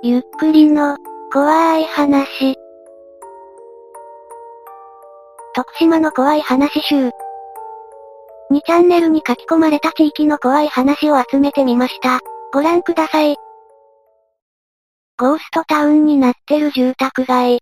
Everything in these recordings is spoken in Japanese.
ゆっくりの、怖い話。徳島の怖い話集。2チャンネルに書き込まれた地域の怖い話を集めてみました。ご覧ください。ゴーストタウンになってる住宅街。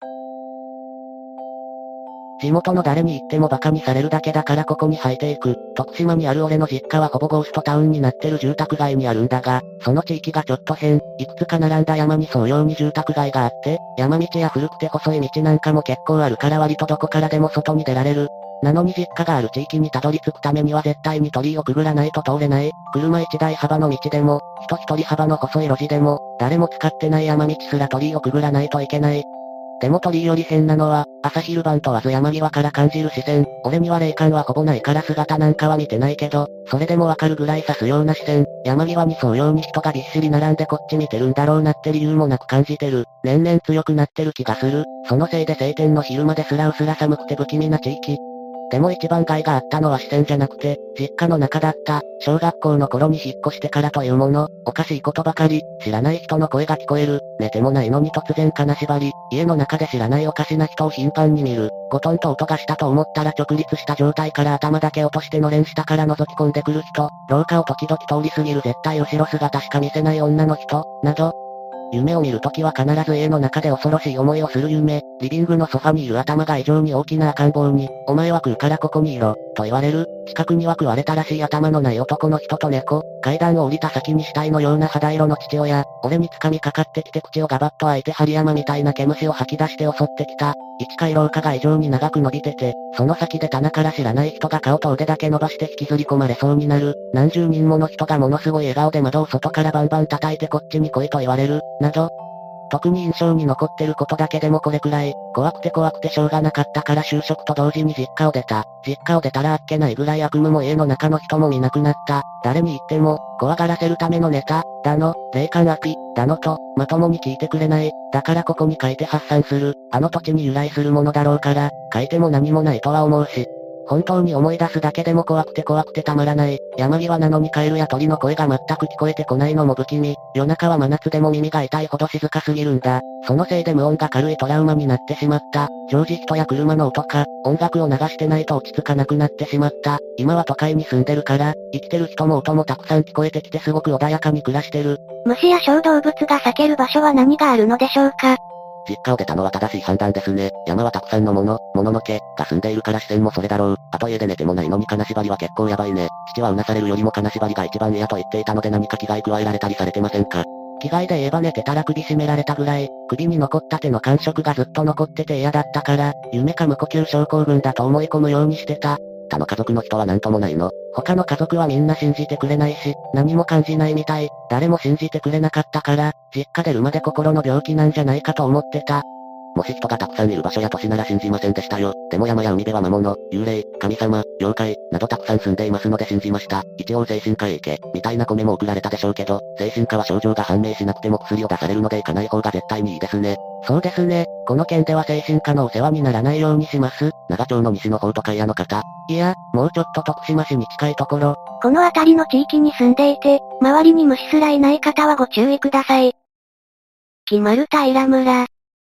地元の誰に言ってもバカにされるだけだからここに生えていく。徳島にある俺の実家はほぼゴーストタウンになってる住宅街にあるんだが、その地域がちょっと変。いくつか並んだ山に沿うように住宅街があって、山道や古くて細い道なんかも結構あるから割とどこからでも外に出られる。なのに実家がある地域にたどり着くためには絶対に鳥居をくぐらないと通れない。車1台幅の道でも、人1人幅の細い路地でも、誰も使ってない山道すら鳥居をくぐらないといけない。でも鳥居より変なのは、朝昼晩問わず山際から感じる視線。俺には霊感はほぼないから姿なんかは見てないけど、それでもわかるぐらい刺すような視線。山際に沿うように人がびっしり並んでこっち見てるんだろうなって理由もなく感じてる。年々強くなってる気がする。そのせいで晴天の昼間ですらうすら寒くて不気味な地域。でも一番害があったのは視線じゃなくて、実家の中だった。小学校の頃に引っ越してからというもの、おかしいことばかり、知らない人の声が聞こえる、寝てもないのに突然金縛り、家の中で知らないおかしな人を頻繁に見る、ゴトンと音がしたと思ったら直立した状態から頭だけ落としてのれん下から覗き込んでくる人、廊下を時々通り過ぎる絶対後ろ姿しか見せない女の人、など、夢を見るときは必ず家の中で恐ろしい思いをする夢。リビングのソファにいる頭が異常に大きな赤ん坊に、お前は食うからここにいろ、と言われる。近くには食われたらしい頭のない男の人と猫。階段を降りた先に死体のような肌色の父親。俺に掴みかかってきて口をガバッと開いて針山みたいな毛虫を吐き出して襲ってきた。1階廊下が異常に長く伸びてて、その先で棚から知らない人が顔と腕だけ伸ばして引きずり込まれそうになる。何十人もの人がものすごい笑顔で窓を外からバンバン叩いてこっちに来いと言われる、など。特に印象に残ってることだけでもこれくらい、怖くてしょうがなかったから就職と同時に実家を出た。実家を出たらあっけないぐらい悪夢も家の中の人も見なくなった。誰に言っても、怖がらせるためのネタ、だの、霊感アピ、だのと、まともに聞いてくれない。だからここに書いて発散する。あの土地に由来するものだろうから、書いても何もないとは思うし。本当に思い出すだけでも怖くてたまらない。山際なのにカエルや鳥の声が全く聞こえてこないのも不気味。夜中は真夏でも耳が痛いほど静かすぎるんだ。そのせいで無音が軽いトラウマになってしまった。常時人や車の音か、音楽を流してないと落ち着かなくなってしまった。今は都会に住んでるから、生きてる人も音もたくさん聞こえてきてすごく穏やかに暮らしてる。 虫や小動物が避ける場所は何があるのでしょうか？ 実家を出たのは正しい判断ですね。山はたくさんの物の毛が住んでいるから視線もそれだろう。あと家で寝てもないのに金縛りは結構やばいね。父はうなされるよりも金縛りが一番嫌と言っていたので何か危害加えられたりされてませんか？危害で言えば寝てたら首絞められたぐらい、首に残った手の感触がずっと残ってて嫌だったから、夢か無呼吸症候群だと思い込むようにしてた。他の家族の人は何ともないの？他の家族はみんな信じてくれないし、何も感じないみたい。誰も信じてくれなかったから、実家出るまで心の病気なんじゃないかと思ってた。もし人がたくさんいる場所や都市なら信じませんでしたよ。でも山や海辺は魔物、幽霊、神様、妖怪、などたくさん住んでいますので信じました。一応精神科へ行け、みたいな米も送られたでしょうけど、精神科は症状が判明しなくても薬を出されるので行かない方が絶対にいいですね。そうですね。この件では精神科のお世話にならないようにします。長町の西の方とか屋の方。いや、もうちょっと徳島市に近いところ。 この辺りの地域に住んでいて、周りに虫すらいない方はご注意ください。木丸平村。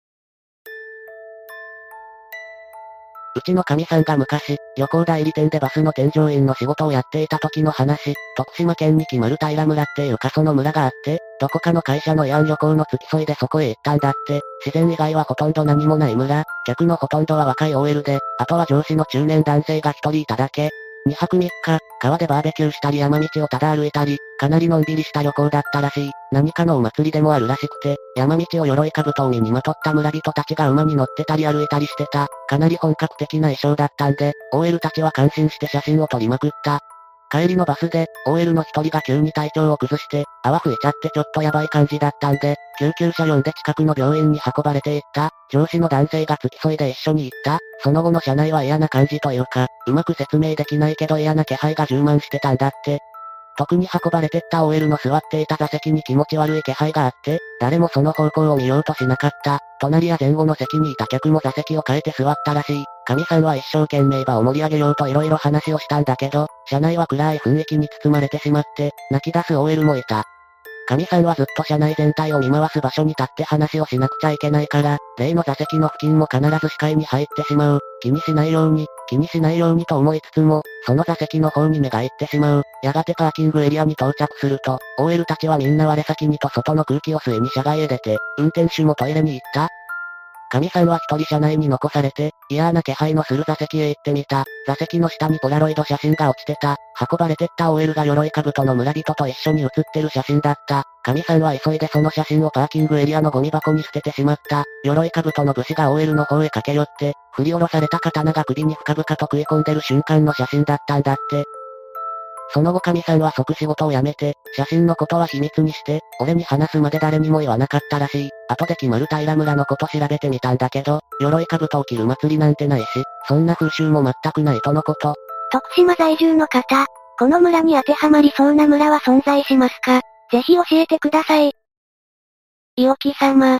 うちの神さんが昔、旅行代理店でバスの添乗員の仕事をやっていた時の話、徳島県に木丸平村っていう過疎の村があって、どこかの会社の慰安旅行の付き添いでそこへ行ったんだって、自然以外はほとんど何もない村、客のほとんどは若い OL で、あとは上司の中年男性が一人いただけ。2泊3日、川でバーベキューしたり山道をただ歩いたり、かなりのんびりした旅行だったらしい。何かのお祭りでもあるらしくて、山道を鎧兜を身にまとった村人たちが馬に乗ってたり歩いたりしてた。かなり本格的な衣装だったんで、OL たちは感心して写真を撮りまくった。帰りのバスで、OL の一人が急に体調を崩して、泡吹いちゃってちょっとやばい感じだったんで、救急車呼んで近くの病院に運ばれていった。上司の男性が付き添いで一緒に行った。その後の車内は嫌な感じというか、うまく説明できないけど嫌な気配が充満してたんだって。特に運ばれてった OL の座っていた座席に気持ち悪い気配があって、誰もその方向を見ようとしなかった。隣や前後の席にいた客も座席を変えて座ったらしい。神さんは一生懸命場を盛り上げようと色々話をしたんだけど、車内は暗い雰囲気に包まれてしまって、泣き出す OL もいた。 神さんはずっと車内全体を見回す場所に立って話をしなくちゃいけないから、例の座席の付近も必ず視界に入ってしまう。気にしないようにと思いつつも、その座席の方に目が行ってしまう。やがてパーキングエリアに到着すると、OL たちはみんな我先にと外の空気を吸いに車外へ出て、運転手もトイレに行った。神さんは一人車内に残されて、嫌な気配のする座席へ行ってみた。座席の下にポラロイド写真が落ちてた。運ばれてった OL が鎧兜の村人と一緒に写ってる写真だった。神さんは急いでその写真をパーキングエリアのゴミ箱に捨ててしまった。鎧兜の武士が OL の方へ駆け寄って、振り下ろされた刀が首に深々と食い込んでる瞬間の写真だったんだって。その後神さんは即仕事を辞めて、写真のことは秘密にして、俺に話すまで誰にも言わなかったらしい。後で決まる平村のこと調べてみたんだけど、鎧兜を着る祭りなんてないし、そんな風習も全くないとのこと。 徳島在住の方、この村に当てはまりそうな村は存在しますか？ぜひ教えてください。伊沖様。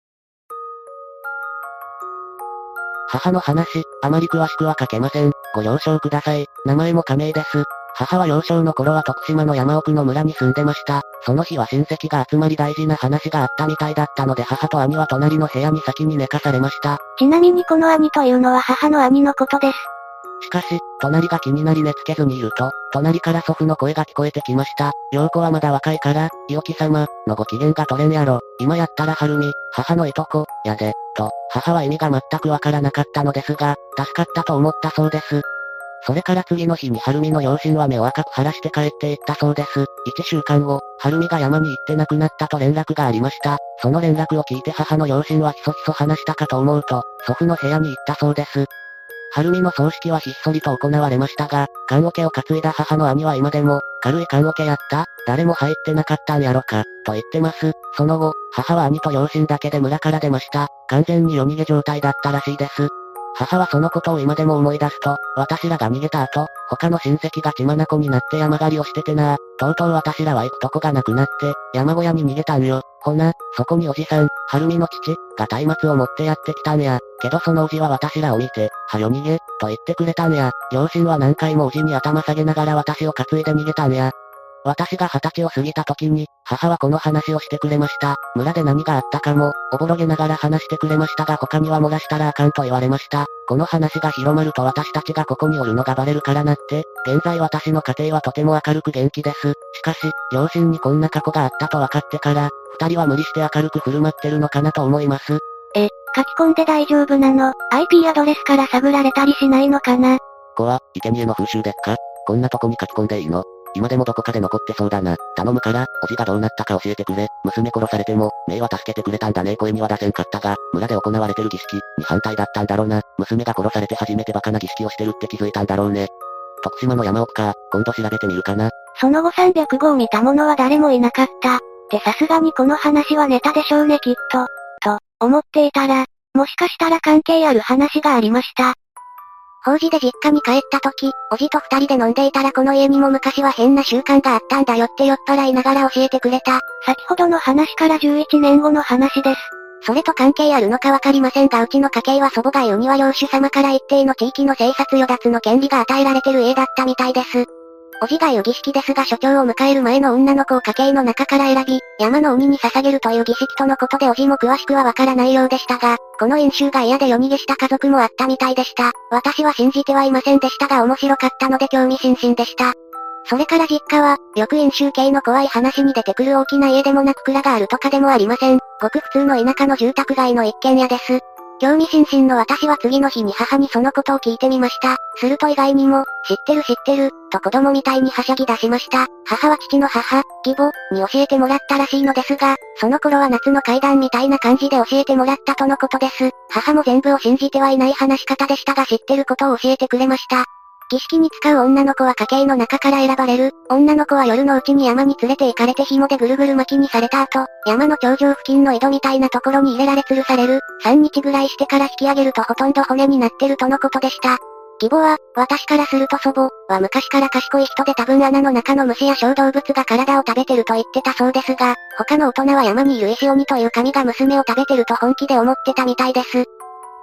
母の話、あまり詳しくは書けません。ご了承ください。名前も亀井です。母は幼少の頃は徳島の山奥の村に住んでました。その日は親戚が集まり大事な話があったみたいだったので母と兄は隣の部屋に先に寝かされました。 ちなみにこの兄というのは母の兄のことです。 しかし、隣が気になり寝つけずにいると、隣から祖父の声が聞こえてきました。陽子はまだ若いから、伊沖様、のご機嫌が取れんやろ。今やったら晴美、母のいとこ、やで、と、母は意味が全くわからなかったのですが、助かったと思ったそうです。それから次の日に晴美の両親は目を赤く晴らして帰っていったそうです。1週間後、晴美が山に行って亡くなったと連絡がありました。その連絡を聞いて母の両親はひそひそ話したかと思うと、祖父の部屋に行ったそうです。晴美の葬式はひっそりと行われましたが、棺桶を担いだ母の兄は今でも、軽い棺桶やった？誰も入ってなかったんやろか、と言ってます。その後、母は兄と両親だけで村から出ました。完全に夜逃げ状態だったらしいです。母はそのことを今でも思い出すと、私らが逃げた後、他の親戚が血眼になって山狩りをしててな。とうとう私らは行くとこがなくなって、山小屋に逃げたんよ。ほな、そこにおじさん、晴美の父、が松明を持ってやってきたんや。けどそのおじは私らを見て、はよ逃げ、と言ってくれたんや。両親は何回もおじに頭下げながら私を担いで逃げたんや。私が20歳を過ぎた時に、母はこの話をしてくれました。村で何があったかも、おぼろげながら話してくれましたが他には漏らしたらあかんと言われました。この話が広まると私たちがここにおるのがバレるからなって、現在私の家庭はとても明るく元気です。しかし、両親にこんな過去があったと分かってから、二人は無理して明るく振る舞ってるのかなと思います。 書き込んで大丈夫なの？ IP アドレスから探られたりしないのかな？ ここは、生贄の風習でっか？こんなとこに書き込んでいいの？今でもどこかで残ってそうだな。頼むから、おじがどうなったか教えてくれ。娘殺されても、メイは助けてくれたんだね。声には出せんかったが、村で行われてる儀式に反対だったんだろうな。娘が殺されて初めてバカな儀式をしてるって気づいたんだろうね。徳島の山奥か、今度調べてみるかな。 その後305を見た者は誰もいなかった。ってさすがにこの話はネタでしょうねきっと。と、思っていたら、もしかしたら関係ある話がありました。法事で実家に帰った時、おじと二人で飲んでいたらこの家にも昔は変な習慣があったんだよって酔っ払いながら教えてくれた。先ほどの話から11年後の話です。それと関係あるのかわかりませんがうちの家系は祖母が言うには領主様から一定の地域の生殺与奪の権利が与えられてる家だったみたいです。おじが言う儀式ですが所長を迎える前の女の子を家系の中から選び、山の海に捧げるという儀式とのことでおじも詳しくはわからないようでしたが、この飲酒が嫌で夜逃げした家族もあったみたいでした。私は信じてはいませんでしたが面白かったので興味津々でした。それから実家は、よく飲酒系の怖い話に出てくる大きな家でもなく蔵があるとかでもありません。ごく普通の田舎の住宅街の一軒家です。興味津々の私は次の日に母にそのことを聞いてみました。すると意外にも、知ってる、と子供みたいにはしゃぎ出しました。母は父の母、義母、に教えてもらったらしいのですが、その頃は夏の怪談みたいな感じで教えてもらったとのことです。母も全部を信じてはいない話し方でしたが知ってることを教えてくれました。儀式に使う女の子は家系の中から選ばれる。女の子は夜のうちに山に連れて行かれて紐でぐるぐる巻きにされた後、山の頂上付近の井戸みたいなところに入れられ吊るされる。3日ぐらいしてから引き上げるとほとんど骨になってるとのことでした。義母は、私からすると祖母は昔から賢い人で多分穴の中の虫や小動物が体を食べてると言ってたそうですが、他の大人は山にいる石鬼という神が娘を食べてると本気で思ってたみたいです。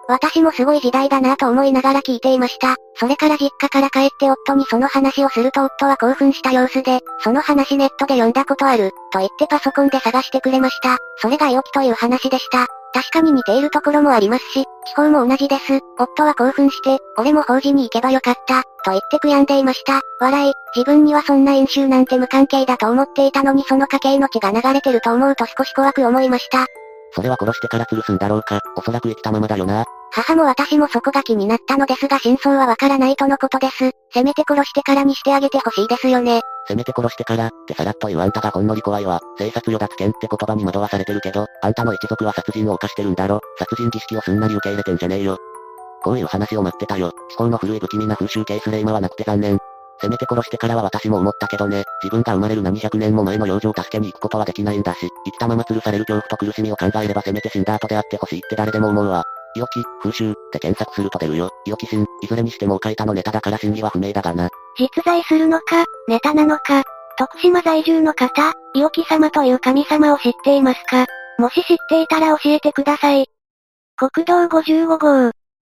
私もすごい時代だなと思いながら聞いていました。それから実家から帰って夫にその話をすると夫は興奮した様子で、その話ネットで読んだことある、と言ってパソコンで探してくれました。それが良きという話でした。確かに似ているところもありますし、地方も同じです。夫は興奮して、俺も法事に行けばよかった、と言って悔やんでいました。笑い、自分にはそんな飲酒なんて無関係だと思っていたのにその家系の血が流れてると思うと少し怖く思いました。 それは殺してから吊るすんだろうか、おそらく生きたままだよな。 母も私もそこが気になったのですが真相はわからないとのことです。せめて殺してからにしてあげてほしいですよね。 せめて殺してから、ってさらっと言うあんたがほんのり怖いわ。生殺与奪権って言葉に惑わされてるけど、あんたの一族は殺人を犯してるんだろ。殺人儀式をすんなり受け入れてんじゃねえよ。こういう話を待ってたよ。地方の古い不気味な風習ケース例今はなくて残念。せめて殺してからは私も思ったけどね、自分が生まれる何百年も前の幼女を助けに行くことはできないんだし、生きたまま吊るされる恐怖と苦しみを考えればせめて死んだ後であってほしいって誰でも思うわ。伊予木、風習、って検索すると出るよ。伊予木神、いずれにしても書いたのネタだから真偽は不明だがな。 実在するのか、ネタなのか、徳島在住の方、伊予木様という神様を知っていますか？もし知っていたら教えてください。国道55号。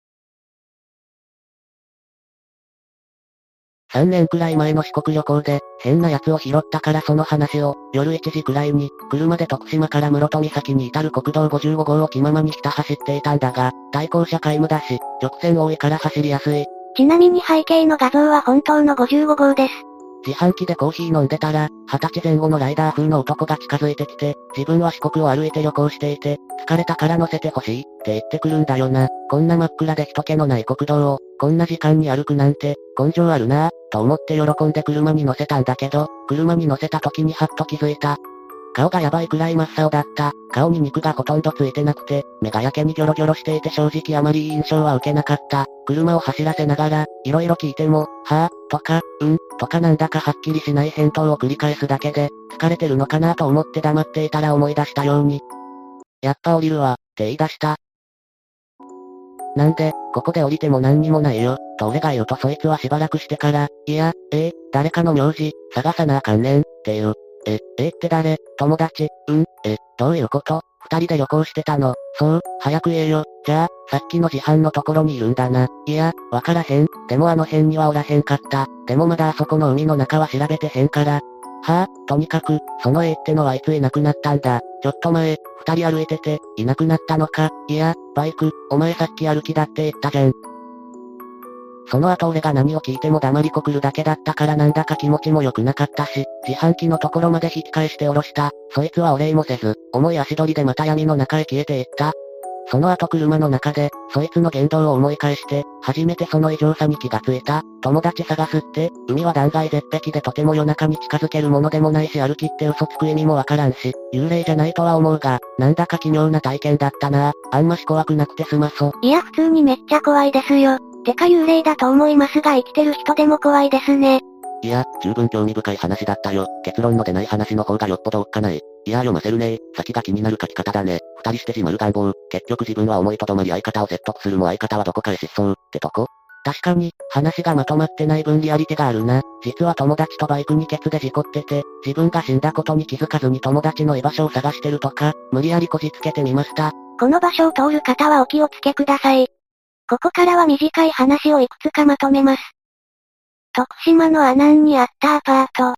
3年くらい前の四国旅行で、変な奴を拾ったからその話を、夜1時くらいに、車で徳島から室戸岬に至る国道55号を気ままにひた走っていたんだが、対向車皆無だし、直線多いから走りやすい。 ちなみに背景の画像は本当の55号です。 自販機でコーヒー飲んでたら、20歳前後のライダー風の男が近づいてきて、自分は四国を歩いて旅行していて、疲れたから乗せてほしい、って言ってくるんだよな。こんな真っ暗で人気のない国道を、こんな時間に歩くなんて、根性あるなぁ、と思って喜んで車に乗せたんだけど、車に乗せた時にはっと気づいた。顔がやばいくらい真っ青だった。顔に肉がほとんどついてなくて、目がやけにギョロギョロしていて正直あまりいい印象は受けなかった。車を走らせながら、いろいろ聞いても、はぁ、とか、とかなんだかはっきりしない返答を繰り返すだけで、疲れてるのかなと思って黙っていたら思い出したように。やっぱ降りるわ、って言い出した。なんで、ここで降りても何にもないよ、と俺が言うとそいつはしばらくしてから、いや、誰かの名字、探さなあかんねん、って言う。って誰？友達？どういうこと？二人で旅行してたの？そう、早く言えよ。じゃあ、さっきの自販のところにいるんだな。いや、わからへん。でもあの辺にはおらへんかった。でもまだあそこの海の中は調べてへんから。はとにかく、そのってのはいついなくなったんだ。ちょっと前、二人歩いてて、いなくなったのか。いや、バイク、お前さっき歩きだって言ったじゃん。その後俺が何を聞いても黙りこくるだけだったからなんだか気持ちも良くなかったし、自販機のところまで引き返して下ろした。そいつはお礼もせず、重い足取りでまた闇の中へ消えていった。その後車の中で、そいつの言動を思い返して、初めてその異常さに気がついた。友達探すって、海は断崖絶壁でとても夜中に近づけるものでもないし歩きって嘘つく意味もわからんし、幽霊じゃないとは思うが、なんだか奇妙な体験だったな。あんまし怖くなくて済まそう。 いや普通にめっちゃ怖いですよ。てか幽霊だと思いますが生きてる人でも怖いですね。 いや、十分興味深い話だったよ。結論の出ない話の方がよっぽどおっかない。いや読ませるね先が気になる書き方だね。二人してしまう願望。結局自分は思いとどまり相方を説得するも相方はどこかへ失踪、ってとこ？確かに、話がまとまってない分リアリティがあるな。実は友達とバイクにケツで事故ってて、自分が死んだことに気づかずに友達の居場所を探してるとか、無理やりこじつけてみました。 この場所を通る方はお気をつけください。ここからは短い話をいくつかまとめます。徳島の阿南にあったアパート。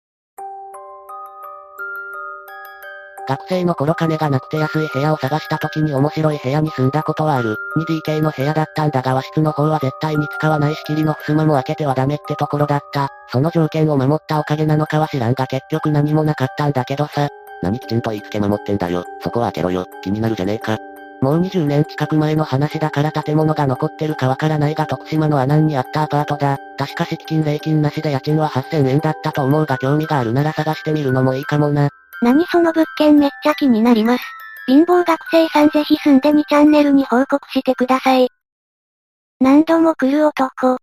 学生の頃金がなくて安い部屋を探した時に面白い部屋に住んだことはある。2DK の部屋だったんだが和室の方は絶対に使わない仕切りの襖も開けてはダメってところだった。その条件を守ったおかげなのかは知らんが結局何もなかったんだけどさ。何きちんと言いつけ守ってんだよ。そこは開けろよ。気になるじゃねえか。もう20年近く前の話だから建物が残ってるかわからないが徳島の阿南にあったアパートだ。確か敷金礼金なしで家賃は8000円だったと思うが興味があるなら探してみるのもいいかもな。 何その物件めっちゃ気になります。貧乏学生さんぜひ住んで2チャンネルに報告してください。何度も来る男。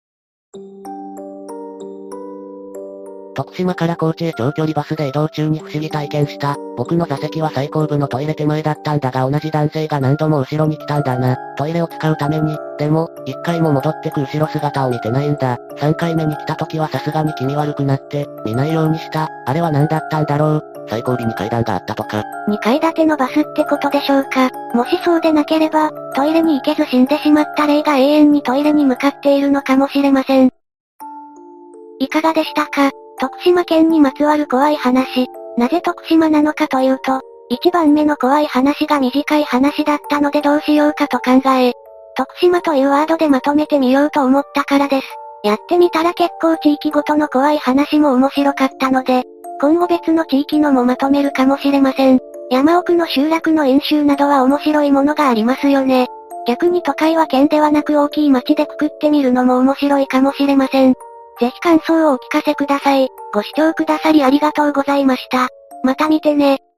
徳島から高知へ長距離バスで移動中に不思議体験した。僕の座席は最後部のトイレ手前だったんだが同じ男性が何度も後ろに来たんだな。トイレを使うために。でも、1回も戻ってく後ろ姿を見てないんだ。3回目に来た時はさすがに気味悪くなって、見ないようにした。あれは何だったんだろう。 最後尾に階段があったとか。 2階建てのバスってことでしょうか。もしそうでなければ、トイレに行けず死んでしまった霊が永遠にトイレに向かっているのかもしれません。いかがでしたか？徳島県にまつわる怖い話。なぜ徳島なのかというと、1番目の怖い話が短い話だったのでどうしようかと考え、徳島というワードでまとめてみようと思ったからです。やってみたら結構地域ごとの怖い話も面白かったので、今後別の地域のもまとめるかもしれません。山奥の集落の演習などは面白いものがありますよね。逆に都会は県ではなく大きい町でくくってみるのも面白いかもしれません。ぜひ感想をお聞かせください。ご視聴くださりありがとうございました。また見てね。